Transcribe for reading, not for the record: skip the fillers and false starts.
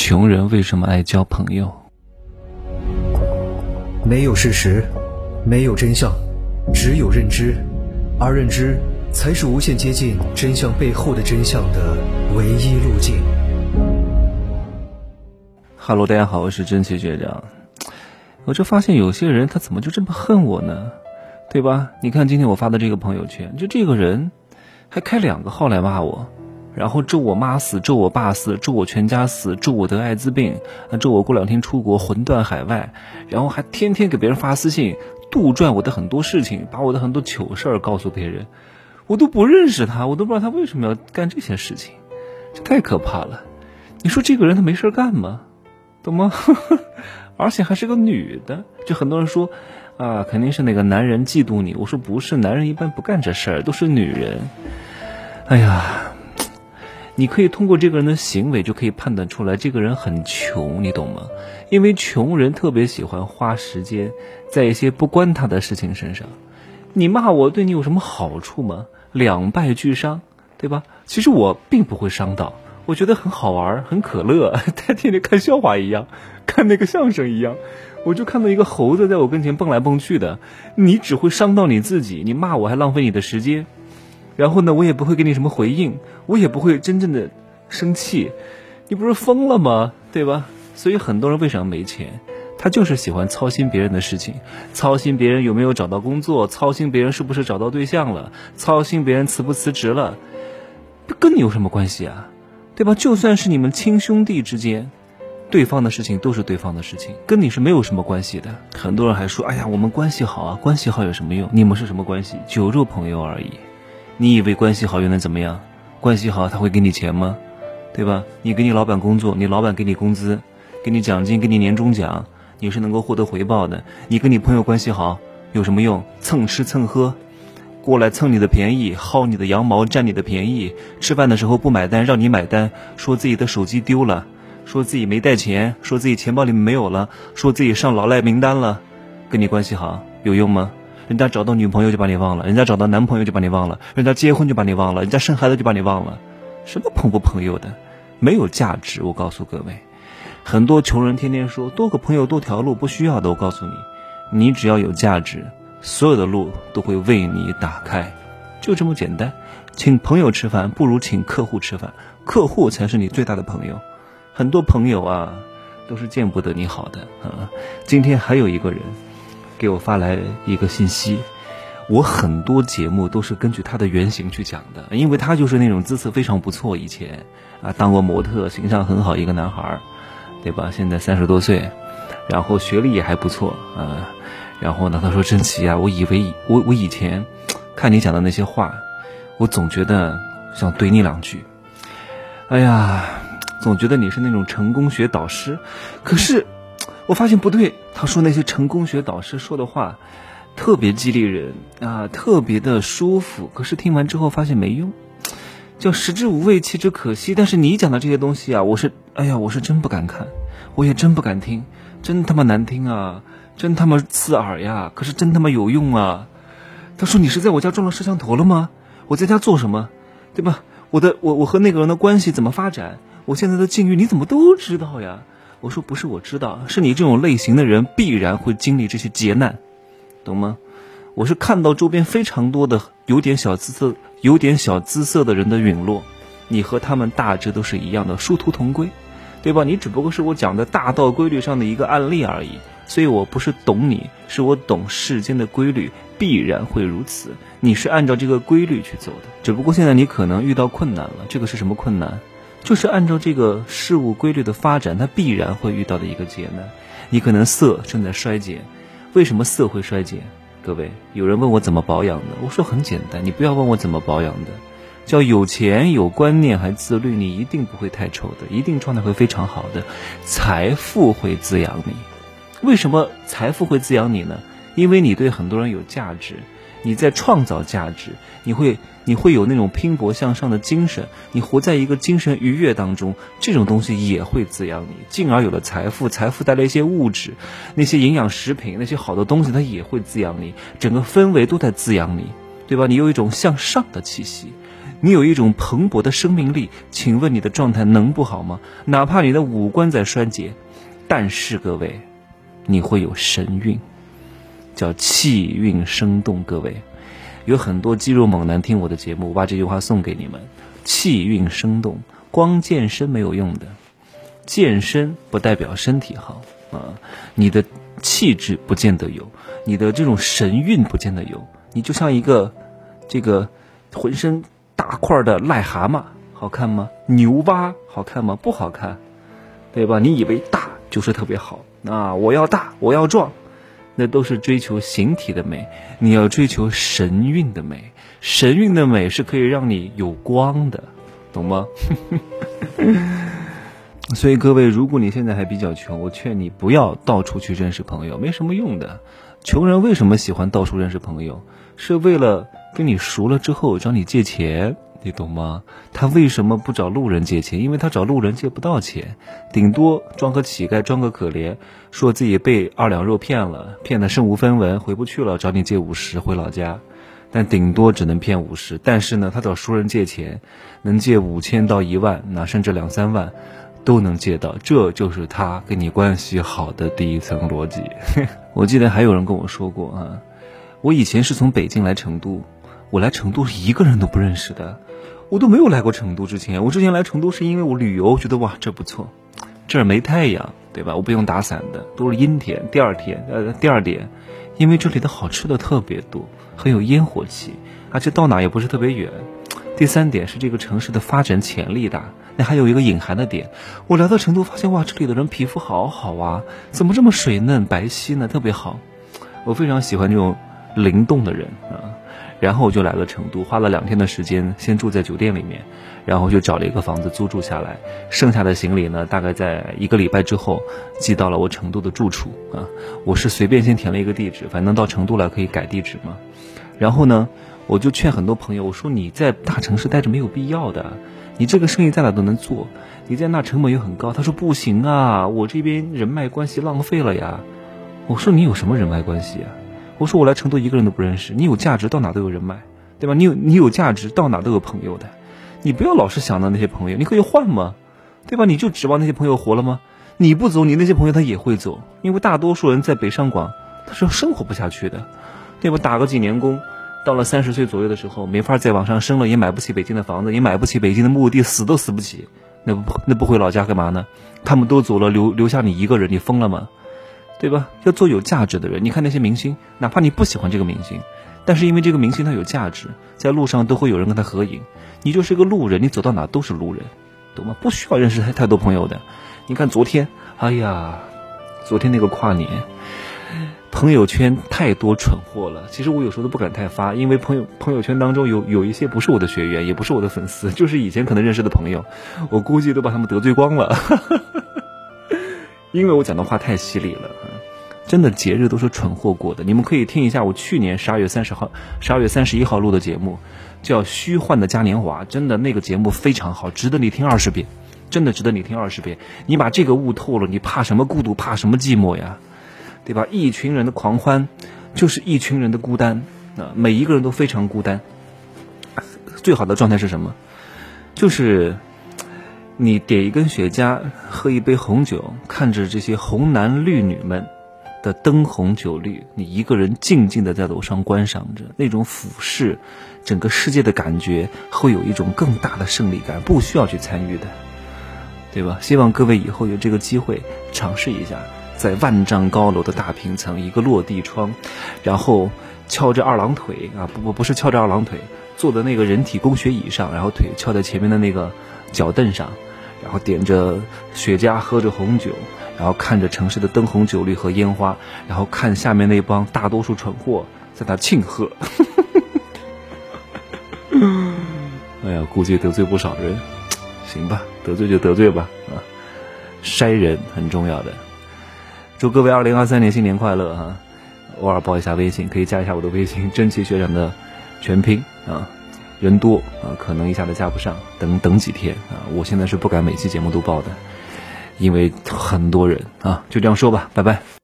穷人为什么爱交朋友？ 没有事实，没有真相，只有认知，而认知才是无限接近真相背后的真相的唯一路径。 哈喽，大家好，我是真奇学长。我就发现有些人他怎么就这么恨我呢？对吧？你看今天我发的这个朋友圈，就这个人还开2个号来骂我，然后咒我妈死，咒我爸死，咒我全家死，咒我得艾滋病，咒我过2天出国魂断海外，然后还天天给别人发私信，杜撰我的很多事情，把我的很多糗事儿告诉别人。我都不认识他，我都不知道他为什么要干这些事情，这太可怕了。你说这个人他没事干吗？懂吗？而且还是个女的。就很多人说啊，肯定是哪个男人嫉妒你。我说不是，男人一般不干这事儿，都是女人。哎呀，你可以通过这个人的行为就可以判断出来这个人很穷，你懂吗？因为穷人特别喜欢花时间在一些不关他的事情身上。你骂我对你有什么好处吗？两败俱伤，对吧？其实我并不会伤到，我觉得很好玩，很可乐，他天天看笑话一样，看那个相声一样，我就看到一个猴子在我跟前蹦来蹦去的。你只会伤到你自己，你骂我还浪费你的时间，然后呢，我也不会给你什么回应，我也不会真正的生气，你不是疯了吗？对吧？所以很多人为什么没钱？他就是喜欢操心别人的事情，操心别人有没有找到工作，操心别人是不是找到对象了，操心别人辞不辞职了，跟你有什么关系啊？对吧？就算是你们亲兄弟之间，对方的事情都是对方的事情，跟你是没有什么关系的。很多人还说，哎呀，我们关系好啊，关系好有什么用？你们是什么关系？酒肉朋友而已。你以为关系好又能怎么样？关系好他会给你钱吗？对吧？你给你老板工作，你老板给你工资，给你奖金，给你年终奖，你是能够获得回报的。你跟你朋友关系好有什么用？蹭吃蹭喝，过来蹭你的便宜，薅你的羊毛，占你的便宜，吃饭的时候不买单让你买单，说自己的手机丢了，说自己没带钱，说自己钱包里面没有了，说自己上老赖名单了。跟你关系好有用吗？人家找到女朋友就把你忘了，人家找到男朋友就把你忘了，人家结婚就把你忘了，人家生孩子就把你忘了。什么朋不朋友的，没有价值。我告诉各位，很多穷人天天说多个朋友多条路，不需要的。我告诉你，你只要有价值，所有的路都会为你打开，就这么简单。请朋友吃饭不如请客户吃饭，客户才是你最大的朋友。很多朋友啊都是见不得你好的啊。今天还有一个人给我发来一个信息，我很多节目都是根据他的原型去讲的，因为他就是那种姿色非常不错，以前啊当过模特，形象很好一个男孩，对吧？现在30多岁，然后学历也还不错啊。然后呢，他说真奇啊，我以为我以前看你讲的那些话，我总觉得想怼你2句。哎呀，总觉得你是那种成功学导师，可是我发现不对。他说那些成功学导师说的话特别激励人啊，特别的舒服，可是听完之后发现没用，叫食之无味弃之可惜。但是你讲的这些东西啊，我是真不敢看，我也真不敢听，真他妈难听啊，真他妈刺耳呀，可是真他妈有用啊。他说你是在我家装了摄像头了吗？我在家做什么，对吧？我和那个人的关系怎么发展，我现在的境遇你怎么都知道呀？我说不是我知道，是你这种类型的人必然会经历这些劫难，懂吗？我是看到周边非常多的有点小姿色的人的陨落，你和他们大致都是一样的，殊途同归，对吧？你只不过是我讲的大道规律上的一个案例而已，所以我不是懂你，是我懂世间的规律，必然会如此。你是按照这个规律去走的，只不过现在你可能遇到困难了。这个是什么困难？就是按照这个事物规律的发展，它必然会遇到的一个劫难。你可能色正在衰减，为什么色会衰减？各位，有人问我怎么保养的，我说很简单，你不要问我怎么保养的，叫有钱有观念还自律，你一定不会太丑的，一定状态会非常好的。财富会滋养你。为什么财富会滋养你呢？因为你对很多人有价值，你在创造价值，你会有那种拼搏向上的精神，你活在一个精神愉悦当中，这种东西也会滋养你，进而有了财富，财富带来一些物质，那些营养食品，那些好的东西它也会滋养你，整个氛围都在滋养你，对吧？你有一种向上的气息， 你有一种蓬勃的生命力，请问你的状态能不好吗？哪怕你的五官在衰竭，但是各位，你会有神韵，叫气韵生动。各位，有很多肌肉猛男听我的节目，我把这句话送给你们：气韵生动，光健身没有用的，健身不代表身体好啊，你的气质不见得有，你的这种神韵不见得有，你就像一个这个浑身大块的癞蛤蟆，好看吗？牛蛙好看吗？不好看，对吧？你以为大就是特别好啊？我要大，我要壮，那都是追求形体的美。你要追求神韵的美，神韵的美是可以让你有光的，懂吗？所以各位，如果你现在还比较穷，我劝你不要到处去认识朋友，没什么用的。穷人为什么喜欢到处认识朋友？是为了跟你熟了之后找你借钱，你懂吗？他为什么不找路人借钱？因为他找路人借不到钱，顶多装个乞丐，装个可怜，说自己被2两肉骗了，骗得身无分文，回不去了，找你借50回老家，但顶多只能骗50。但是呢，他找熟人借钱，能借5000到1万，那甚至2、3万都能借到，这就是他跟你关系好的第一层逻辑。我记得还有人跟我说过啊，我以前是从北京来成都，我来成都是一个人都不认识的，我都没有来过成都之前。我之前来成都是因为我旅游，觉得哇这不错，这儿没太阳，对吧？我不用打伞的，都是阴天。第二点，因为这里的好吃的特别多，很有烟火气，而且到哪也不是特别远。第3点是这个城市的发展潜力大。那还有一个隐含的点，我来到成都发现，哇，这里的人皮肤好好啊，怎么这么水嫩白皙呢？特别好，我非常喜欢这种灵动的人啊。然后我就来了成都，花了2天的时间，先住在酒店里面，然后就找了一个房子租住下来，剩下的行李呢，大概在1个礼拜之后寄到了我成都的住处啊。我是随便先填了一个地址，反正到成都了可以改地址嘛。然后呢，我就劝很多朋友，我说你在大城市待着没有必要的，你这个生意在哪都能做，你在那成本又很高。他说不行啊，我这边人脉关系浪费了呀。我说你有什么人脉关系啊？我说我来成都一个人都不认识，你有价值到哪都有人脉，对吧？你有价值到哪都有朋友的，你不要老是想到那些朋友，你可以换嘛，对吧？你就指望那些朋友活了吗？你不走，你那些朋友他也会走，因为大多数人在北上广他是生活不下去的，对吧？打个几年工，到了30岁左右的时候，没法再往上升了，也买不起北京的房子，也买不起北京的墓地，死都死不起，那不回老家干嘛呢？他们都走了，留下你一个人，你疯了吗？对吧？要做有价值的人。你看那些明星，哪怕你不喜欢这个明星，但是因为这个明星他有价值，在路上都会有人跟他合影，你就是个路人，你走到哪都是路人，懂吗？不需要认识太多朋友的。你看昨天，哎呀，昨天那个跨年，朋友圈太多蠢货了，其实我有时候都不敢太发，因为朋友圈当中有一些不是我的学员，也不是我的粉丝，就是以前可能认识的朋友，我估计都把他们得罪光了。因为我讲的话太犀利了，真的节日都是蠢货过的。你们可以听一下我去年12月31号录的节目，叫《虚幻的嘉年华》，真的那个节目非常好，值得你听20遍，真的值得你听20遍。你把这个悟透了，你怕什么孤独，怕什么寂寞呀？对吧？一群人的狂欢就是一群人的孤单啊，每一个人都非常孤单。最好的状态是什么？就是你点一根雪茄，喝一杯红酒，看着这些红男绿女们的灯红酒绿，你一个人静静地在楼上观赏着，那种俯视整个世界的感觉，会有一种更大的胜利感，不需要去参与的，对吧？希望各位以后有这个机会尝试一下，在万丈高楼的大平层，一个落地窗，然后翘着2郎腿啊，不是翘着2郎腿，坐在那个人体工学椅上，然后腿翘在前面的那个脚凳上，然后点着雪茄，喝着红酒，然后看着城市的灯红酒绿和烟花，然后看下面那帮大多数蠢货在那庆贺。哎呀，估计得罪不少人，行吧，得罪就得罪吧啊，筛人很重要的。祝各位2023年新年快乐哈！偶尔报一下微信，可以加一下我的微信，真奇学长的全拼啊。人多啊，可能一下子加不上，等几天啊！我现在是不敢每期节目都报的，因为很多人啊，就这样说吧，拜拜。